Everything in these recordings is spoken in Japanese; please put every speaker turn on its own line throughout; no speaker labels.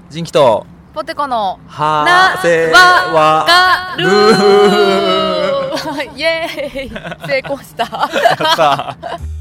人気と
ポテコの
はせ
わ
かる
イエーイ成功した
やった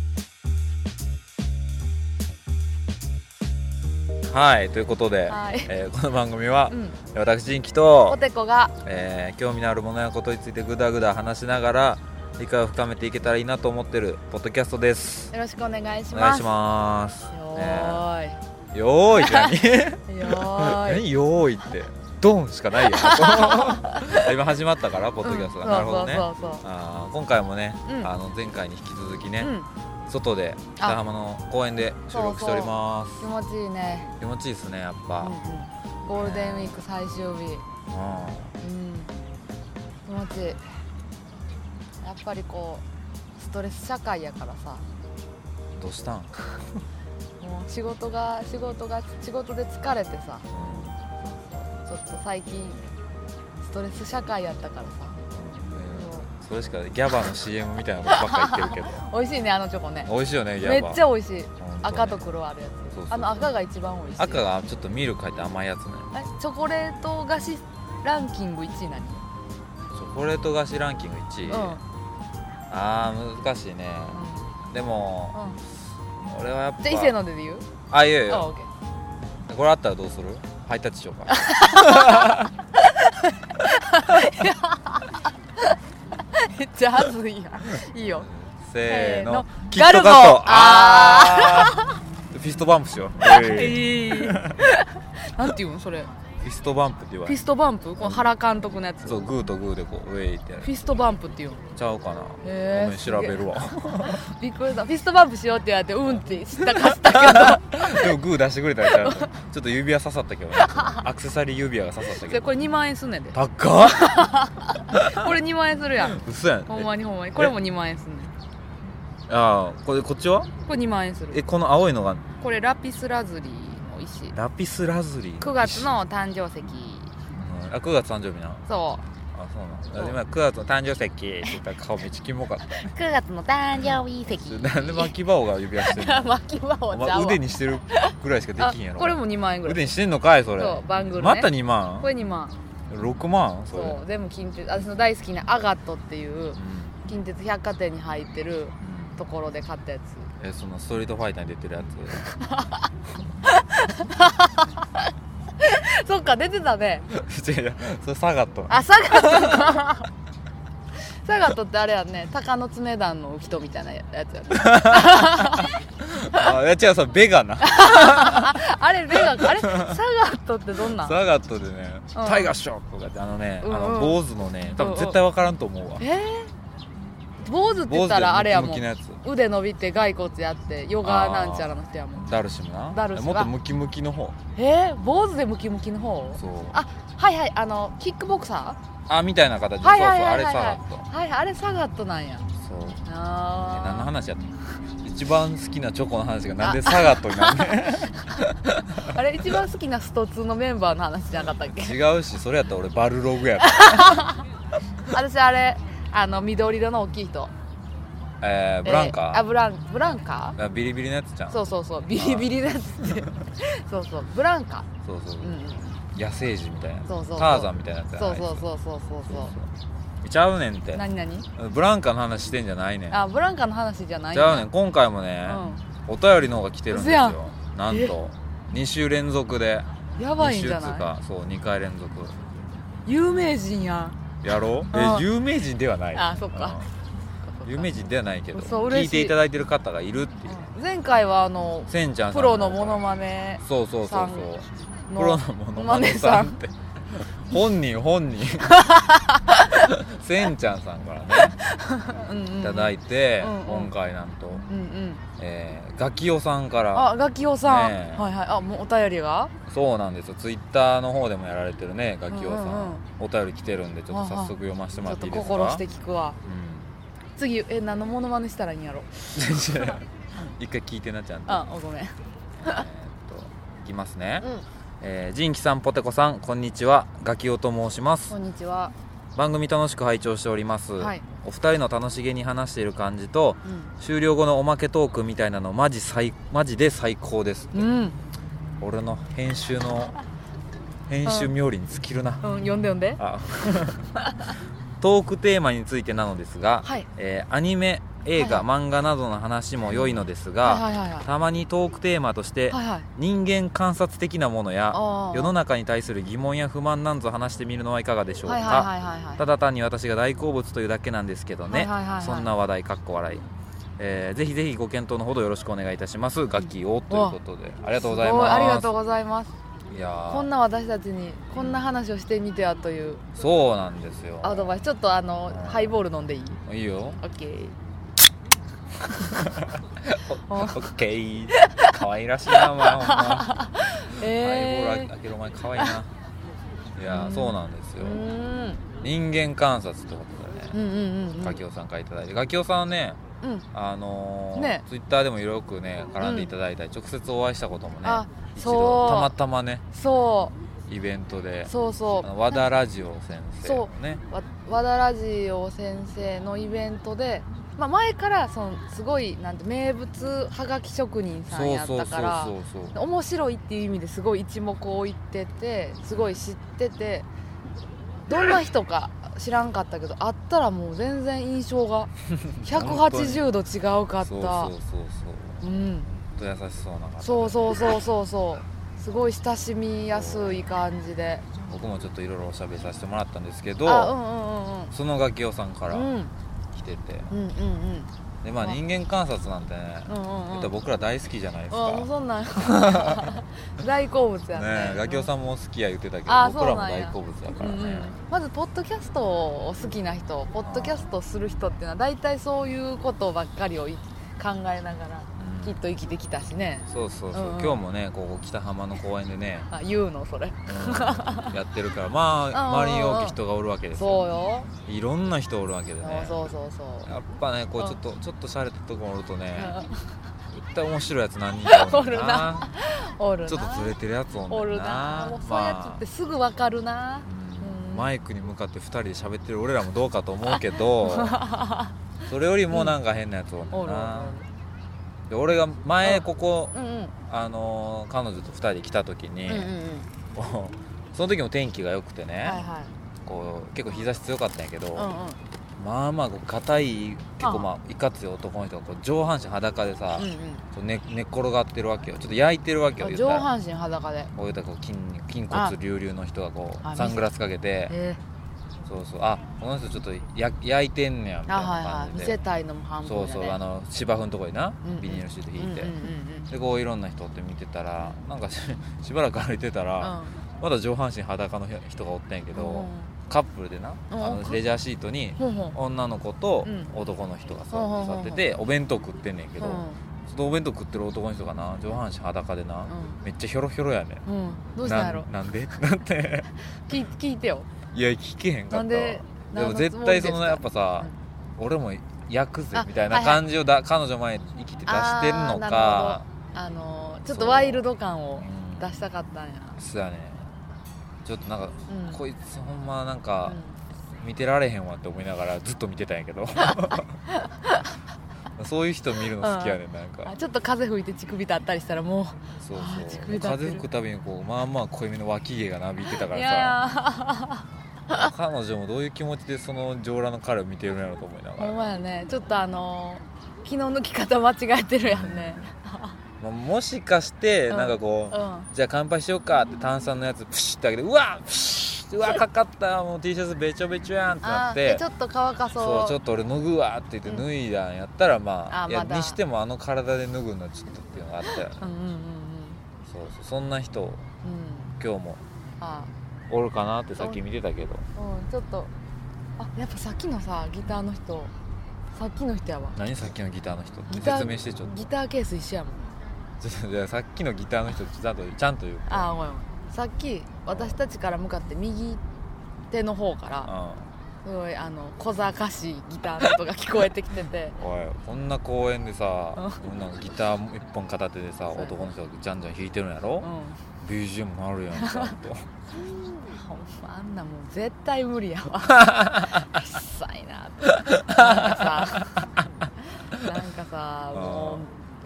はい、ということで、
はい、
この番組は、私人気
ポ
と、
テコが、
興味のあるものやことについてぐだぐだ話しながら理解を深めていけたらいいなと思ってるポッドキャストです。
よろしくお願いします。
お願いします。
よーい、
よーいって何
よーい
何よーいってドンしかないよ今始まったからポッドキャストが、なるほどね。今回もね、前回に引き続きね、外で北浜の公園で収録しております。
気持ちいいね。
気持ちいいですね、やっぱ、
ゴールデンウィーク最終日、気持ちいい。やっぱりこうストレス社会やからさ。
どうしたん？も
う仕事で疲れてさ、ちょっと最近ストレス社会やったからさ、
それしかギャバの CM みたいなことばっか言ってるけど
美味しいね、あのチョコね。
美味しいよね、ギャバ
めっちゃ美味しい。赤と黒あるやつ。あの赤が一番美味しい。
赤がちょっとミルク入って甘いやつね。
チョコレート菓子ランキング1位何？
チョコレート菓子ランキング1位、難しいね、でも、俺はやっぱ
じゃあ異性ので言う？
いやいや、これあったらどうする？ハイタッチしようか
めっちゃはずいやん。いいよ。
せーの、
キットカット。
フィストバンプしよう。
なんていうのそれ？
フィストバンプって言われる。
フィストバンプ？この原監督のやつ。
そう、グーとグーでこうウェイってやる。
フィストバンプっていうの？
ちゃうかな。ごめん、調べるわ。
びっくりした。フィストバンプしようって言われてって知ったかしたけ
どでもグー出してくれたらちゃう。ちょっと指輪刺さったけどね。アクセサリー指輪が刺さったけど。
これ2万円すんねんで。
高っ
これ2万円するやん。
嘘やん。
ほんまにこれも2万円すんねん。
こっちは？
これ2万円する。
この青いのが
これラピスラズリの石。
ラピスラズリ
9月の誕生石。
9月誕生日な。
そう。
そうなの。今9月の誕生石って言ったら顔めっちゃキモかった。
9月の誕生日石。
なんで巻き場が指輪してんの？
巻き場をちゃうわ。
腕にしてるぐらいしかできんやろ。
これも2万円ぐらい。
腕にしてんのかいそれ。
そう、バングルね。
また2万？
これ2万。
6万？
そう、全部近鉄。私の大好きなアガットっていう近鉄百貨店に入ってるところで買ったやつ。
そのストリートファイターに出てるや
つ。そっか、出てたね。
違う、それサガット。
サガットか。サガットってあれやね、鷹の爪団の人みたいなやつやね。
いや違う、それベガな。
あれベガか。あれサガットってどんなん？
サガットでね、タイガーショックとかって坊主のね、多分絶対分からんと思うわ。
坊主って言ったらあれやもん。
ムキムキのやつ。
腕伸びて骸骨やってヨガなんちゃらの人やもん。
ダルシムな。
ダルシム。
もっとムキムキの方。
坊主でムキムキの方？
そう。
はいはい、キックボクサ
ー？みたいな形で。そうそう、あれサガット。
はいはい、あれサガットなんや。
そう。何の話やった？一番好きなチョコの話がなんでサガットになるね。
あれ一番好きなスト2のメンバーの話じゃなかったっけ？
違うし、それやったら俺バルログやった。
私あれ緑色の大きい人。
ブランカー？
ブランカー？
ビリビリのやつじゃん。
そうビリビリのやつってそうブランカー。そう、
野生児みたいな。
そう
ターザンみたいなやつやな。
そう
ちゃうねんって。
何？
ブランカの話してんじゃないねん。
ブランカの話じゃない。
ちゃうねん。今回もね、お便りの方が来てるんですよ。なんと2週連続で。
やばいんじゃない？
そう、2回連続。
有名人や
ろう？有名人ではない。
そっか。
有名人ではないけど、聞いていただいてる方がいるっていう。
前回は
せんちゃんさん、
プロのモノマネ。
そうプロのモノマネさんって本人せんちゃんさんからねいただいて、今回なんとガキオさんから。
ガキオさん、はいはい。もうお便りが？そう
なんですよ。ツイッターの方でもやられてるね、ガキオさん、お便り来てるんで、ちょっと早速読ませてもらっていいですか？
ちょっと心して聞くわ。次何のモノマネしたらいいんやろ？
一回聞いてな、ちゃんと。
ごめん。い
きますね。ジンキさん、ポテコさん、こんにちは。ガキオと申します。
こんにちは。
番組楽しく拝聴しております。お二人の楽しげに話している感じと、終了後のおまけトークみたいなのマジで最高ですって。俺の編集の編集冥利に尽きるな。
読んで
あトークテーマについてなのですが、
はい、
アニメ、映画、漫画などの話も良いのですが、たまにトークテーマとして、人間観察的なものや世の中に対する疑問や不満なんぞ話してみるのはいかがでしょうか。ただ単に私が大好物というだけなんですけどね、そんな話題笑い、ぜひぜひご検討のほどよろしくお願いいたします。ガッキーをということで、ありがとうございます。
ありがとうございます。
いや
こんな私たちにこんな話をしてみてはという、
そうなんですよ。
アドバイス。ちょっとハイボール飲んでいい？
いいよ。
オッケー
オッケー。可愛らしいなお前、ほんま。ハイボール開けるお前可愛いな。いやそうなんですよ。人間観察ってことでね、ガキオさんからいただいて、ガキオさんはね、ツイッターでもよくね絡んでいただいたり、直接お会いしたこともね、一度たまたまね、イベントで、和田ラジオ先生のね、
和田ラジオ先生のイベントで、前からすごいなんて名物はがき職人さんやったから、面白いっていう意味ですごい一目置いてて、すごい知ってて、どんな人か知らんかったけど、会ったらもう全然印象が180度違うかった。
優しそうな方で、
そうすごい親しみやすい感じで、
僕もちょっといろいろおしゃべりさせてもらったんですけど、そのガキオさんから来てて、で人間観察なんてね、僕ら大好きじゃないですか。
そんなん大好物やね。
ガキオさんも好きや言ってたけど、僕らも大好物だからね。
まずポッドキャストを好きな人、ポッドキャストする人っていうのは大体そういうことばっかりを考えながらきっと生きてきたしね。
そう今日もね、ここ北浜の公園でね、
言うのそれ、
やってるから、周りに大きい人がおるわけですよ。
そうよ、
いろんな人おるわけでね。
そう
やっぱね、こうちょっと洒落たところおるとね、絶対面白いやつ何人かおるな。
おるな。
ちょっとずれてるやつおるな。
もうそういうやつってすぐ分かるな。
マイクに向かって2人で喋ってる俺らもどうかと思うけど、それよりもなんか変なやつおるな。で俺が前ここ、彼女と2人で来た時に、その時も天気が良くてね、こう結構日差し強かったんやけど、硬い、結構いかつい男の人がこう上半身裸でさ、寝っ転がってるわけよ。ちょっと焼いてるわけよ。
上半身裸で
こういうこう筋骨隆々の人がこうサングラスかけて、この人ちょっと焼いてんねやみたいな感じで、
見せたいのも半分でね。
芝生のとこにな、ビニールシート引いて、でこういろんな人って見てたら、なんかしばらく歩いてたら、まだ上半身裸の人がおってんやけど、カップルでな、レジャーシートに女の子と男の人が座ってて、お弁当食ってんねんけど、そのお弁当食ってる男の人がな、上半身裸でな、めっちゃヒョロヒョロやねん。
どうしたんやろ。
なんでなんて
聞いてよ。
いや聞けへんかった。でも絶対やっぱさ、俺も焼くぜみたいな感じを彼女前に生きて出してるのか、
ちょっとワイルド感を出したかったんや。
そうやね。ちょっとなんか、こいつほんまなんか見てられへんわって思いながらずっと見てたんやけどそういう人見るの好きやねん。なんか
ちょっと風吹いて乳首立ったりしたらもう、
風吹くたびにこう濃いめの脇毛がなびいてたからさ彼女もどういう気持ちでその上裸の彼を見てるんやろと思いながら。
ほんまやね。ちょっと気の抜き方間違えてるやんね
もしかしてなんかこう、じゃあ乾杯しようかって炭酸のやつプシッてあげて、うわかかった、もう T シャツべちょべちょやんってなって、
ちょっと乾かそう、
ちょっと俺脱ぐわって言って脱いだんやったら、いやにしても体で脱ぐのはちょっとっていうのがあったよね。そんな人、今日もおるかなってさっき見てたけど、
ちょっとやっぱさっきのさギターの人、さっきの人やわ。
何さっきのギターの人って説明して。ちょっと
ギターケース一緒やもん。
じゃあさっきのギターの人ちゃんと言う。
ごめん。さっき私たちから向かって右手の方からすごい小賢しいギターの音が聞こえてきてて
おい、こんな公園でさなんかギター一本片手でさ男の人がじゃんじゃん弾いてるんやろ、BGM なるやんちゃんと
ほんまあんなもん絶対無理やわうっさいなってなんかさもう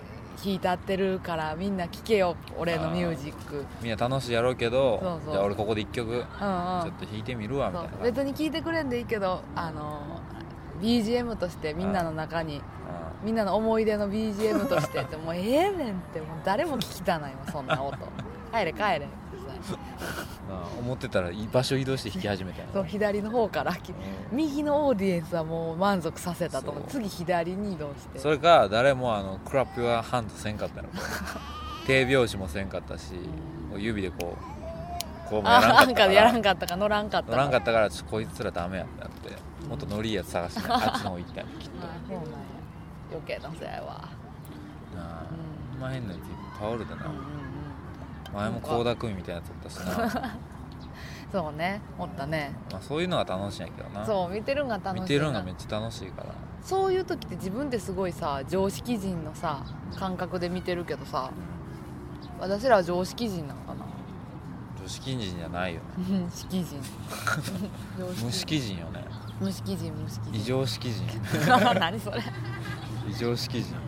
弾いたってるからみんな聴けよ俺のミュージック、
みんな楽しいやろうけど、
そう
じゃあ俺ここで1曲、ちょっと弾いてみるわみたいな。
別に聴いてくれんでいいけどBGM としてみんなの中に、みんなの思い出の BGM としてってもうええねんって、もう誰も聞きたないわそんな音帰れ帰れ
思ってたら場所移動して弾き始めたよ、
そう左の方から、右のオーディエンスはもう満足させたと思う。次左に移動して、
それか誰もクラップはハンドせんかったの手拍子もせんかったし、指でこうもやらんかったから
やらんかったか乗らんかった
からこいつらダメやってなって、もっとノリいいやつ探してあっちの方行ったよきっと。
そうなんや、余計なせやわ
なあ、ほんま変なやついっぱいおるでな、前も倖田來未みたいなやつおったしな
そうね、おったね。
そういうのが楽しいんやけどな。
そう、見てるんが楽しい。
見てるんがめっちゃ楽しいから。
そういう時って自分ですごいさ、常識人のさ感覚で見てるけどさ、私らは常識人なのかな。
常識人じゃないよ
ね識人
無識人よね。
無識人
異常識人
何それ
異常識人。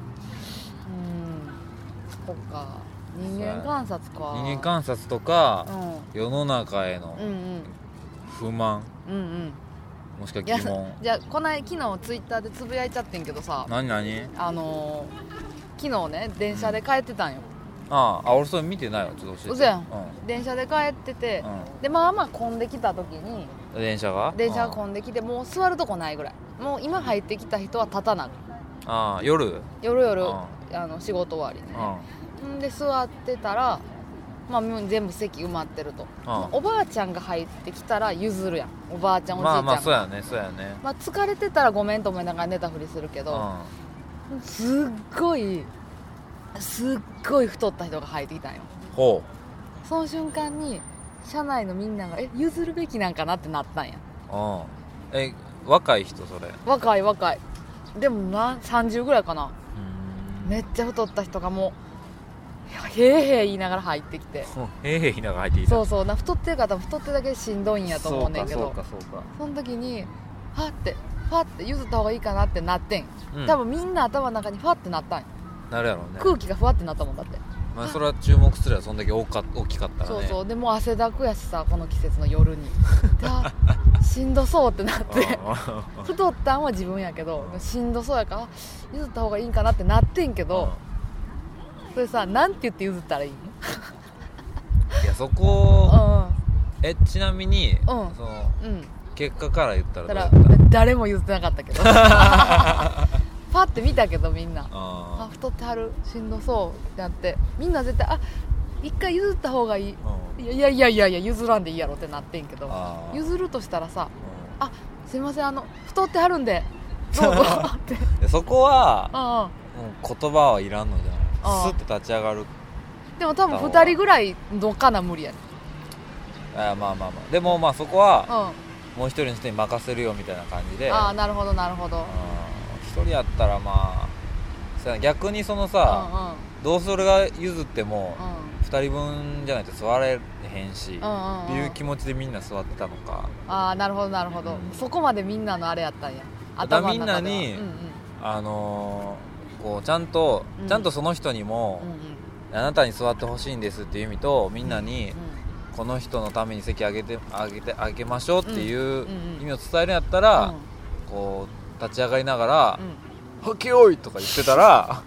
そっか、人間観察か。
人間観察とか、世の中への不満、もしくは疑問。
じゃあ昨日ツイッターでつぶやいちゃってんけどさ、
何
昨日ね電車で帰ってたんよ。
俺それ見てないわ、ちょっと教えて。
嘘やん、電車で帰ってて、でまあ混んできた時に電車が混んできて、もう座るとこないぐらい、もう今入ってきた人は立たなく。
夜
仕事終わりに、で座ってたら、全部席埋まってると、おばあちゃんが入ってきたら譲るやん、おばあちゃんおじいちゃんが。
そうやね。
疲れてたらごめんと思いながら寝たふりするけど、すっごい太った人が入ってきたんよ。その瞬間に車内のみんなが譲るべきなんかなってなったんや。
若い人？それ
若いでも30ぐらいかな。めっちゃ太った人がもうへーへー言いながら入ってきて、
へーへー言いながら入ってきた。
そう太ってる方も太ってるだけでしんどいんやと思うねんけど、その時にファって譲った方がいいかなってなってん、多分みんな頭の中にファってなったんや。
なるやろうね。
空気がふわってなったもんだって。
それは注目すればそんだけ大きかったらね。
そうでも汗だくやしさ、この季節の夜にしんどそうってなって太ったんは自分やけどしんどそうやから譲った方がいいんかなってなってんけど、それさ、なんて言って譲ったらいいの？
いやそこ、ちなみに、結果から言ったらどうだった？
誰も譲ってなかったけどパッて見たけどみんな太ってはる、しんどそうってなって、みんな絶対一回譲った方がいい、いや譲らんでいいやろってなってんけど、譲るとしたらさ、すいません太ってはるんでどうぞって
そこは言葉はいらんのじゃない？スッて立ち上がる。
でも多分2人ぐらいどっかな無理やね。
でもそこはもう一人の人に任せるよみたいな感じで。
なるほど
一人やったら逆にそのさ、どうせ俺が譲っても2人分じゃないと座れへんしっていう気持ちでみんな座ってたのか。
なるほど、そこまでみんなのあれやったんや。
みんなにこうちゃんとその人にもあなたに座ってほしいんですっていう意味と、みんなにこの人のために席あげましょうっていう意味を伝えるんやったら、こう立ち上がりながら「はけおい!」とか言ってたら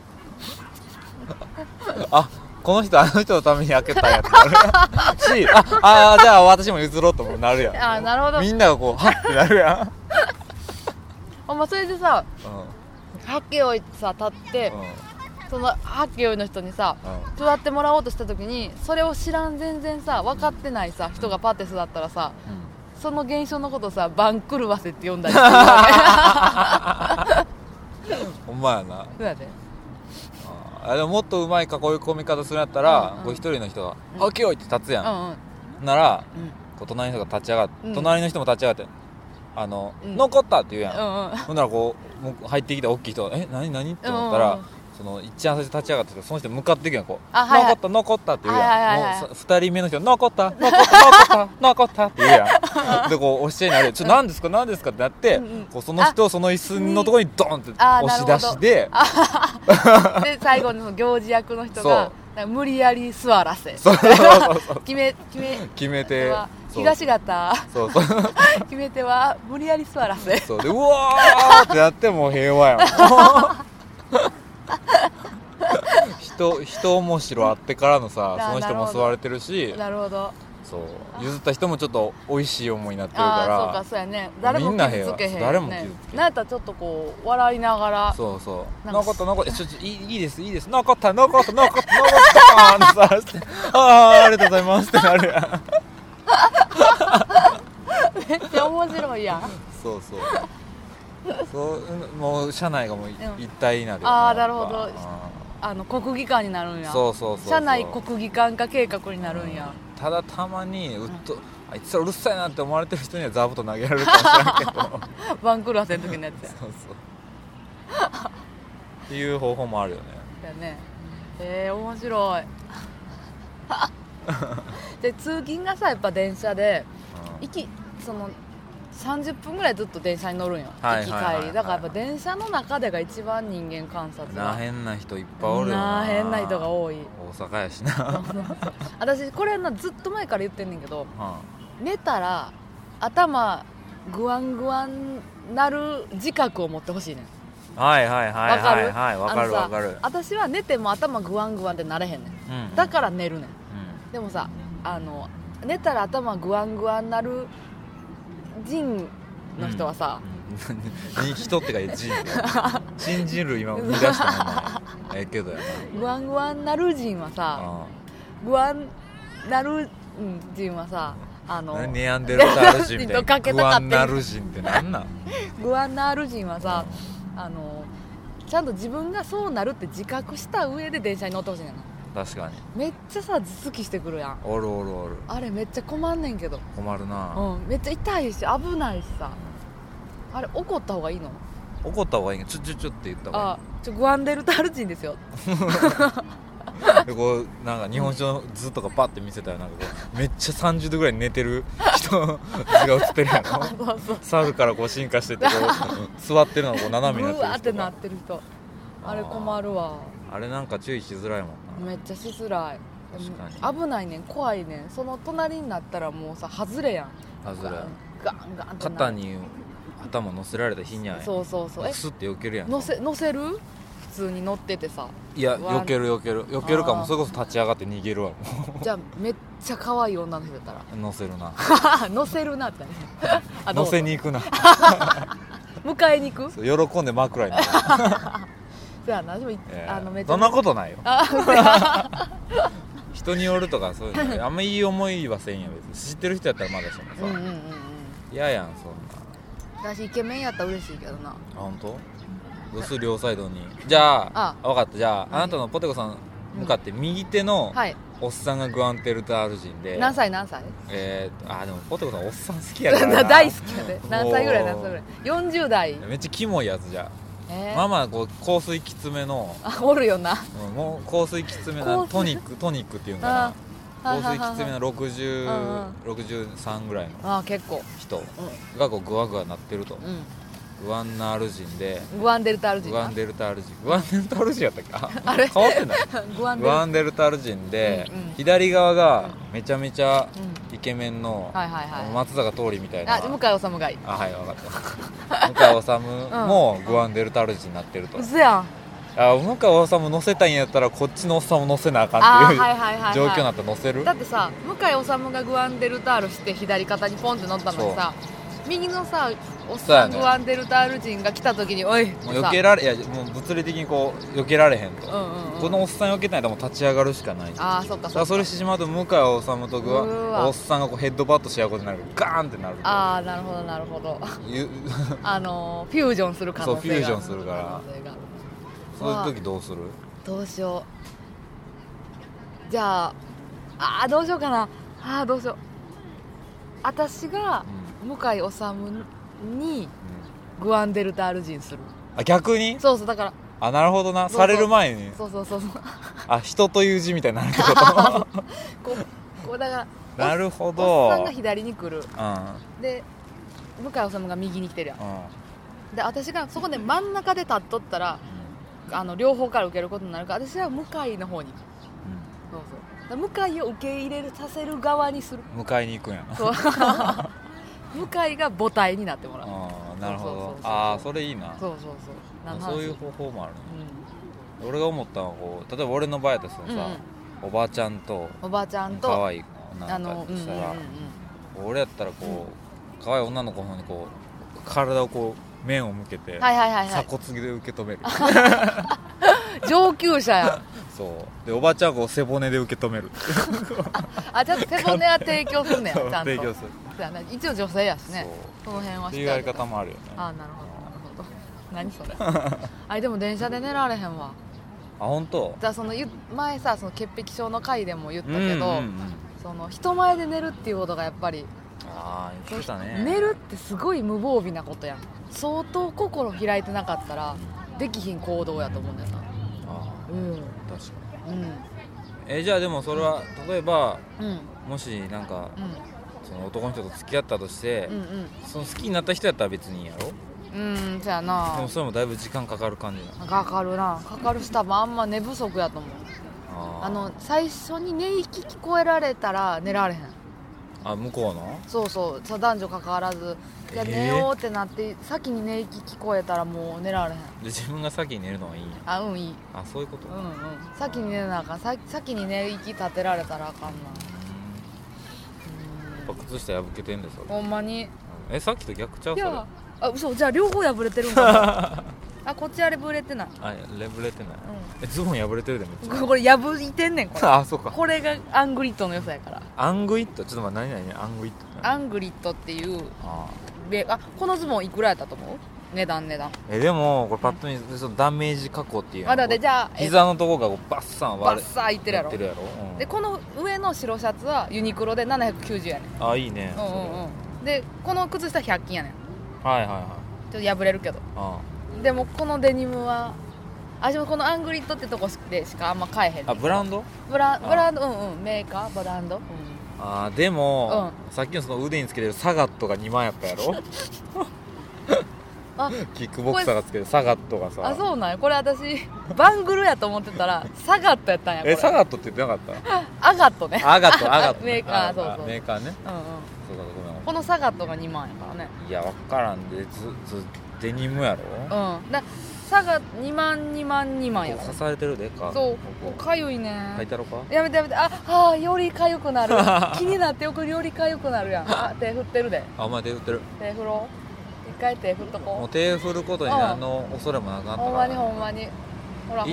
この人あの人のために開けたんやってなるし、じゃあ私も譲ろうともなるやん。
なるほど。
みんながこうはってなるやん
それでさ、はけおいってさ立って、そのはけおいの人にさ、座ってもらおうとした時に、それを知らん全然さ分かってないさ人がパッて座ったらさ、その現象のことをさ番狂わせって呼んだりするわけ
ほんまやな。
そうやで。
でももっとうまい囲い込み方するんやったら、こう一人の人が「はけおい!」って立つやん。ならこう隣の人が立ち上がって、隣の人も立ち上がって「残った!」って言うやん。ほんならこう入ってきた大きい人が「何?」って思ったら、 その一番最初立ち上がってその人向かっていくやんこう、
はいはい、
残ったって言うやん、
はいはいはい、
もう2人目の人残ったって言うやんでこう押し合いになるちょ何ですかってなって、こうその人をその椅子のところにドンって押し出しで
で最後の行司役の人が無理やり座らせ決め手東方決め手は無理やり座らせ
そうでうわーってなってもう平和やん人面白あってからのさその人も座れてるし
なるほど
そう譲った人もちょっと美味しい思いになってるから
そうかそうやね誰も傷つけへん、ね、
誰も傷つけへん
なんやったらちょっとこう笑いながら
そう残ったいいです残ったありがとうございますってなるやん
めっちゃ面白いやん
そうもう車内がもう一体になるよ、ね、
なるほど国技館になるんや
そう
車内国技館化計画になるんや、
ただたまにあいつらうるさいなって思われてる人には座布団投げられるかもしれないけど
番狂わせの時のやつや
っていう方法もあるよね
面白いで通勤がさやっぱ電車で、その30分ぐらいずっと電車に乗るんよ、行き帰りだからやっぱ電車の中でが一番人間観察が
変な人いっぱいおるよな
変な人が多い
大阪やしな
私これずっと前から言ってんねんけど、寝たら頭グワングワンなる自覚を持ってほしいねん
わかる
私は寝ても頭グワングワンってなれへんねん、だから寝るねん、でもさ寝たら頭グワングワンなる人の人はさ、
人ってか人新人類今生み出したもんけどやな
グワングワンなる人はさグワンなる人はさ
ネアンデルタール人みたいな
グワン
ナル人ってなんなん
グワンナル人はさちゃんと自分がそうなるって自覚した上で電車に乗ってほしいねんな
確かに
めっちゃさ頭突きしてくるやん
おる
あれめっちゃ困んねんけど
困るな
めっちゃ痛いし危ないしさあれ怒った方がいいの
怒った方がいいのちょって言った方がいい
グワンデルタール人ですよ
でこうなんか日本酒の図とかパッて見せたらなんかこうめっちゃ30度ぐらい寝てる人の図が映ってるやろ猿からこう進化しててこう座ってるのがこう斜めになってる人が
ブワーってなってる人あれ困るわ
あれなんか注意しづらいもんな
めっちゃしづらい
確かに
危ないねん怖いねんその隣になったらもうさ外れやん
外れ
ガンガンって
肩に頭乗せられた日には
そう
スッて避けるやん
乗せる普通に乗っててさ
いや避けるかもそれこそ立ち上がって逃げるわ
じゃあめっちゃ可愛い女の人だったら
乗せるな
乗せるなってね
乗せに行くな
迎えに行く
喜んで枕になる
そうやなでも
めっちゃそんなことないよ人によるとかそういうのあんまいい思いはせんや別に知ってる人やったらまだしもさ嫌やんそん
な私イケメンやったら嬉しいけどな
本当どうする両サイドにじゃあ分かったじゃああなたのポテコさん向かって右手のおっさんがグアンテルタール人で
何歳
でもポテコさんおっさん好きやからな
大好きやで何歳ぐらい40代
めっちゃキモいやつじゃまあまあこう香水きつめの
おるよな
もう香水きつめなトニックっていうんかな香水きつめな63ぐらいの
結構
人がこうグワグワなってるとグワンナール人で
グワンデルタール人
グワンデルタール人やったっけあれ変わってないグワンデルタール人で左側がめちゃめちゃイケメンの松坂桃李みたいな
向井理がい
はい分かった向井理もグワンデルタール人になってると
嘘やん
向井理乗せたいんやったらこっちのおっさんも乗せなあかんっていう状況になったら乗せる
だってさ向井理がグワンデルタールして左肩にポンって乗ったのにさ右のさおっさんグワンデルタール人が来た時におい
もう避けられもう物理的にこう避けられへんとこのおっさん避けないともう立ち上がるしかない
そっか
それしてしまうと向井理とおっさんがこうヘッドバットし合うことになるガーンってなる
なるほどフュージョンする可能性が
そうフュージョンするからそういう時どうする
どうしようじゃあどうしようかなどうしよう私が向井理にグワンデルタール人する
逆に
そうだから
あ、なるほどな。される前に。
そう
あ、人という字みたいになるってこと
こうだから、
なるほど。
おっさんが左に来る、
うん、
で向井治が右に来てるやん、
うん、
で私がそこで真ん中で立っとったら、両方から受けることになるから、私は向井の方に行く、そう向井を受け入れさせる側にする、
迎えに行くんやな。
そう向井が母体になってもらう。
なるほど。ああ、それいいな。
そう
そういう方法もあるね、俺が思ったのはこう、例えば俺の場合だとさ、おばあちゃんと可愛い女の子だったら、俺やったらこう可愛い女の子の方にこう体をこう面を向けて鎖骨で受け止める
上級者や
そうで、おばあちゃんはこう背骨で受け止める
あ、ちゃんと背骨は提供すんねやちゃんと
提供する。
そうやね、一応女性やしね、その辺は
っていうやり方もあるよね。
あ、なるほど何それあ、でも電車で寝られへんわ。
あ、本当？
じゃあ前さ、その潔癖症の回でも言ったけど、その人前で寝るっていうことがやっぱり、
言ってたね。
寝るってすごい無防備なことやん。相当心開いてなかったらできひん行動やと思うんだよな。
確かに。じゃあでもそれは例えば、もしなんか、その男の人と付き合ったとして、その好きになった人やったら別にいいんやろ。
そうやな。
でもそれもだいぶ時間かかる感じな。
かかるし、多分あんま寝不足やと思う。最初に寝息聞こえられたら寝られへん。
あ、向こうの？
そう男女関わらず、じゃあ寝ようってなって先に寝息聞こえたらもう寝られへん。で
自分が先に寝るのはいいんや。
いい。
あ、そういうこと。
先に寝なあかん。先に寝息立てられたらあかんな。
やっぱ靴下破けてんでそれ。
ほんまに。
さっきと逆ちゃうそれ。
あ、嘘。じゃあ両方破れてるんかなあ、こっちあれぶれてない。
破れてない、ズボン破れてるでめっちゃ。
これ破いてんねんこれ
あ、そうか。
これがアングリッドの良さやから。
アングリッド、ちょっと待って、何アングリッド。
アングリッドっていうこのズボンいくらやったと思う？値段
でもこれパッと見そのダメージ加工っていう
ので、じゃあ
膝のとこがバッサ
いってるやろ、でこの上の白シャツはユニクロで790やねん。
あ、いいね。
でこの靴下100均やねん。ちょっと破れるけど、でもこのデニムはでもこのアングリッドってとこでしかあんま買えへんねん。
ブランド
メーカーブランド、
でも、さっきのその腕につけてるサガットが2万やったやろキックボクサーがつけてるサガットがさ。
あ、そうなんや。これ私バングルやと思ってたらサガットやったんや。これ
サガットって言ってなかった？
アガットね。
アガット
メーカー。そう
メーカーね。そうだ、
ごめん。このサガットが2万やからね。
いや、分からんで、デニムやろ。
サガ2万や。
刺されてるでか。
そう、かゆいね。
書いたろか。
やめて。よりかゆくなる気になってよりかゆくなるやん。手振ってるで。
お前手振ってる。
手振ろう。一回手振っとこう。
もう手振ることに何の恐れもなくなったから。
ほんまにほら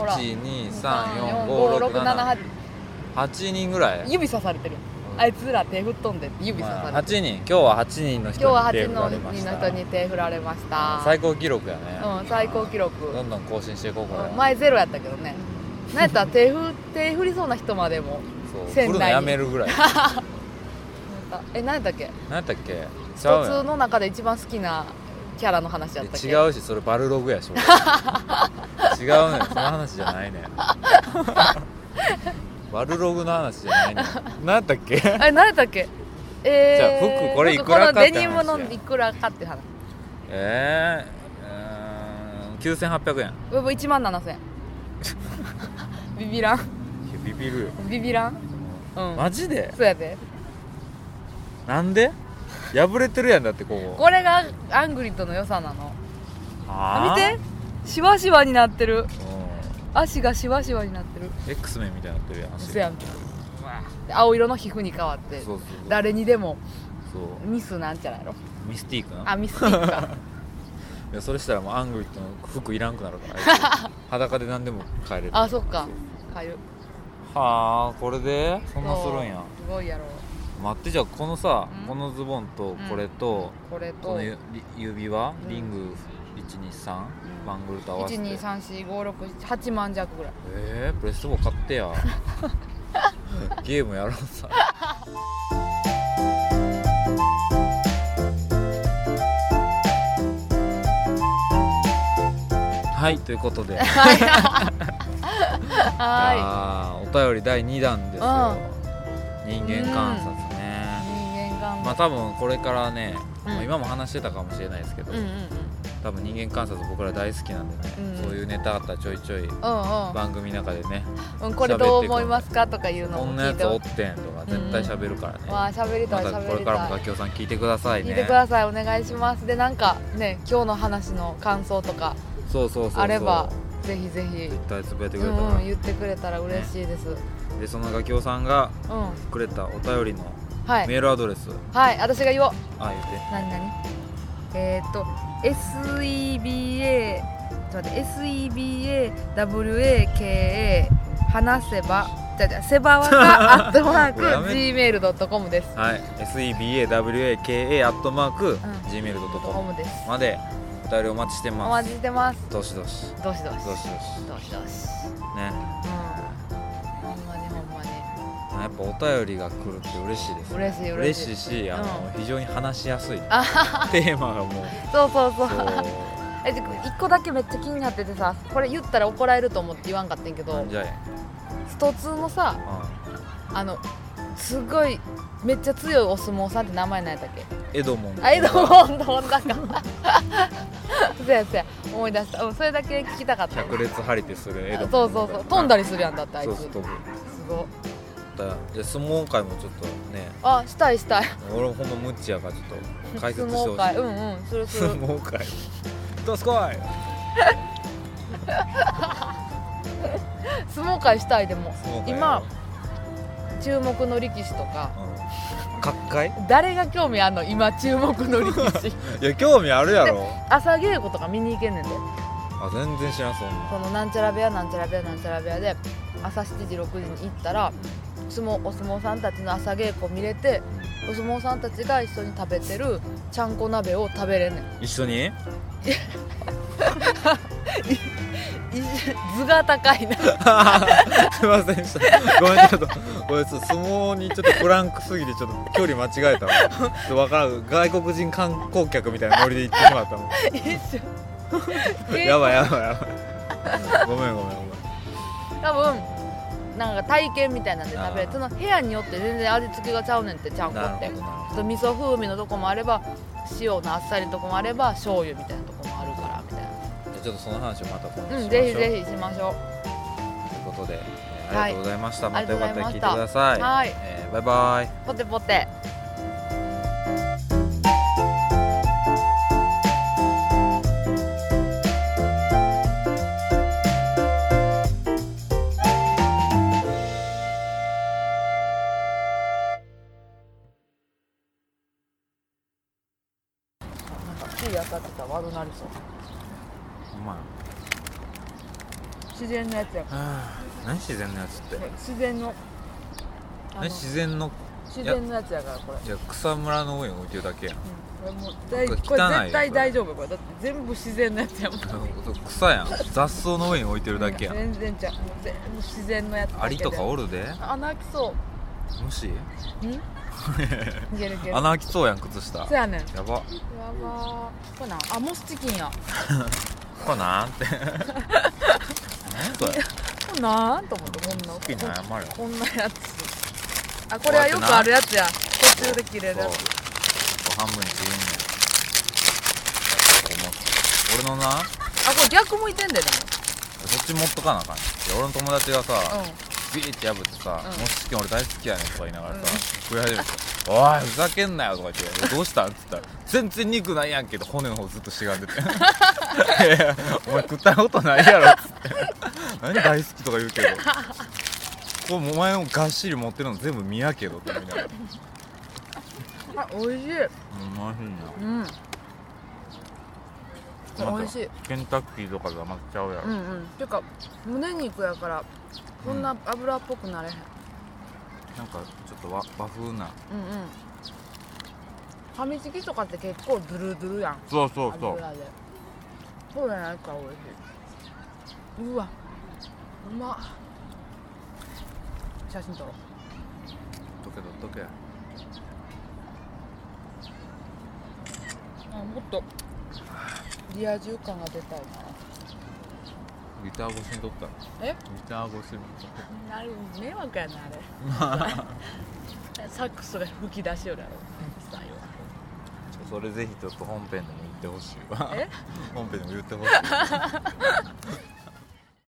1、2、3、4、5、6、7、8人ぐらい
指刺されてる。あいつら手振っとんで指刺されてる。
今日は8人の人に手振られました。
今日は8人の人に手振られました。
最高記録やね。
最高記録
どんどん更新していこう。これ
前ゼロやったけどね。なんやったら手振りそうな人までも
振るのやめるぐらい
何やったっけ。
一
つの中で一番好きなキャラの話やったっけ。
違うし、それバルログやし違うね、その話じゃないねバルログの話じゃないね。何やったっけ。じゃあ
服
これいくらかって話。
デニムのいくらかって話。
9800円。
1万7000円ビビらん。
ビビるよ。
ビビらん。
マジで。
そうやで。
なんで破れてるやん。だって
これがアングリッドの良さなの。見て、シワシワになってる。足がシワシワになってる。
X メンみたいになってるやん。
そうやん。青色の皮膚に変わって、誰にでもミスなんちゃらやろ。
ミスティークな。
ミスティークか
いや、それしたらもうアングリッドの服いらんくなるから裸で何でも買えれる。
そっか。買える。
これでそんなするんや。
すごいやろ。
待って、じゃあこのさ、このズボンとこれと
こ
の指輪、リング123、バングルと合わせて
1234568万弱ぐらい。
プレステ4買ってやゲームやろうさははいということで
は
お便り第2弾ですよ、人間観察ね。
人間観察、
まあ多分これからね、今も話してたかもしれないですけど、多分人間観察僕ら大好きなんでね、そういうネタあったらちょいちょい番組の中でね、
これどう思いますかとかいうの
こんなやつおってんとか絶対喋るからね。
わあ喋りたい喋りたい。
これからもガキオさん聞いてくださいね。
聞いてください、お願いします。でなんかね今日の話の感想とかあればぜひぜひ
絶対つぶやいてくれたら、
言ってくれたら嬉しいです。
でそのガキオさんがくれたお便りのメールアドレス、
はい私が言おう。
言って。
何SEBA ちょっと待って SEBAWAKA 話せばセバワが@gmail.com です。
はい SEBAWAKA@gmail.com
です
までお便りお待ちしてます。
お待ちしてます。
どしどし
どしどし
どしどし
どしどし
ね。
ほんまにほんまに
やっぱお便りが来るって嬉しいですね。嬉しいし非常に話しやすいテーマがもう
そう一個だけめっちゃ気になっててさ、これ言ったら怒られると思って言わんかったんけど、スト2のさすごいめっちゃ強いお相撲さんって名前何やったっけ？
エドモンド。
エドモンド本田かそうや思い出した。それだけ聞きたかった。
百列張りてするエドモンド。
そう飛んだりするやんだってあいつ。すごい。
じゃあ相撲界もちょっとね。
したい。
俺ほんま無知やからちょっと解説してほしい。
相撲界する
相撲界どうすこい
相撲界したい。でも今注目の力士とか
各界
誰が興味あんの今注目の力士
いや興味あるやろ。
朝稽古とか見に行けんねんで。
全然知らん。そ
のなんちゃら部屋なんちゃら部屋なんちゃら部屋で朝7時6時に行ったらお相撲さんたちの朝稽古見れて、お相撲さんたちが一緒に食べてるちゃんこ鍋を食べれんねん。
一緒に
図が高いな
すいませんでした。ごめんちょっと相撲にちょっとフランクすぎてちょっと距離間違えたわ。ちょっと分からん外国人観光客みたいなノリで行ってしまったもんやばいごめん
多分なんか体験みたいなんで食べる。その部屋によって全然味付けがちゃうねんって。ちゃんこって味噌風味のとこもあれば塩のあっさりのとこもあれば醤油みたいなとこもあるからみたいな。
ちょっとその話をまた今度しましょう。
ぜひぜひしましょう。
ということでありがとうございました。またよかったら聞いてください。バイバイ。
ポテポテ。当たってたら悪なりそう。自然のやつやから。
何自然のやつって？
自然の
自然の
やつやからこれ。
いや草むらの上に置いてるだけやん。
これ絶対大丈夫。これだって全部自然のやつやもん。
草やん。雑草の上に置いてるだけやん。
全然ちゃう。全部自然のやつだけで。
アリとかおるで。
穴開きそう。
虫？
いける
穴開きそうやん靴下。
そうやねん。
やば。
これなんモスチキンや。
これなんて。何それ。
これなんと思ってこんなやつ。これはよくあるやつや。途中で切れるやつ。
半分に切るんねん。俺のな。
これ逆向いてんだよでも。
そっち持っとかなあかん。俺の友達がさ。ビーって破ってさ、モスチキン俺大好きやねんとか言いながらさ、食い始めて「おいふざけんなよ」とか言って「どうした?」っつったら「全然肉ないやんけど骨の方ずっとしがんでていやお前食ったことないやろ」っつって「何大好きとか言うけどこれお前のがっしり持ってるの全部見やけど」って言いながら
おいしい。
おいしいな。
おいしい。
ケンタッキーとかとはまたちゃうやろ。
ていうか胸肉やからこんな油っぽくなれへん。
なんかちょっと和風な。
ファミチキとかって結構ドゥルドゥルやん。
そう
そうじゃないからおいしい。うわうまっ。写真撮ろう。
撮け
もっとリア充感が出たいな。
ギター越しに撮ったの。ギター越しに撮った。
なる迷惑やなあれサックスが吹き出しよるやろ
それぜひちょっと本編でも言ってほしいわ本編でも言ってほしい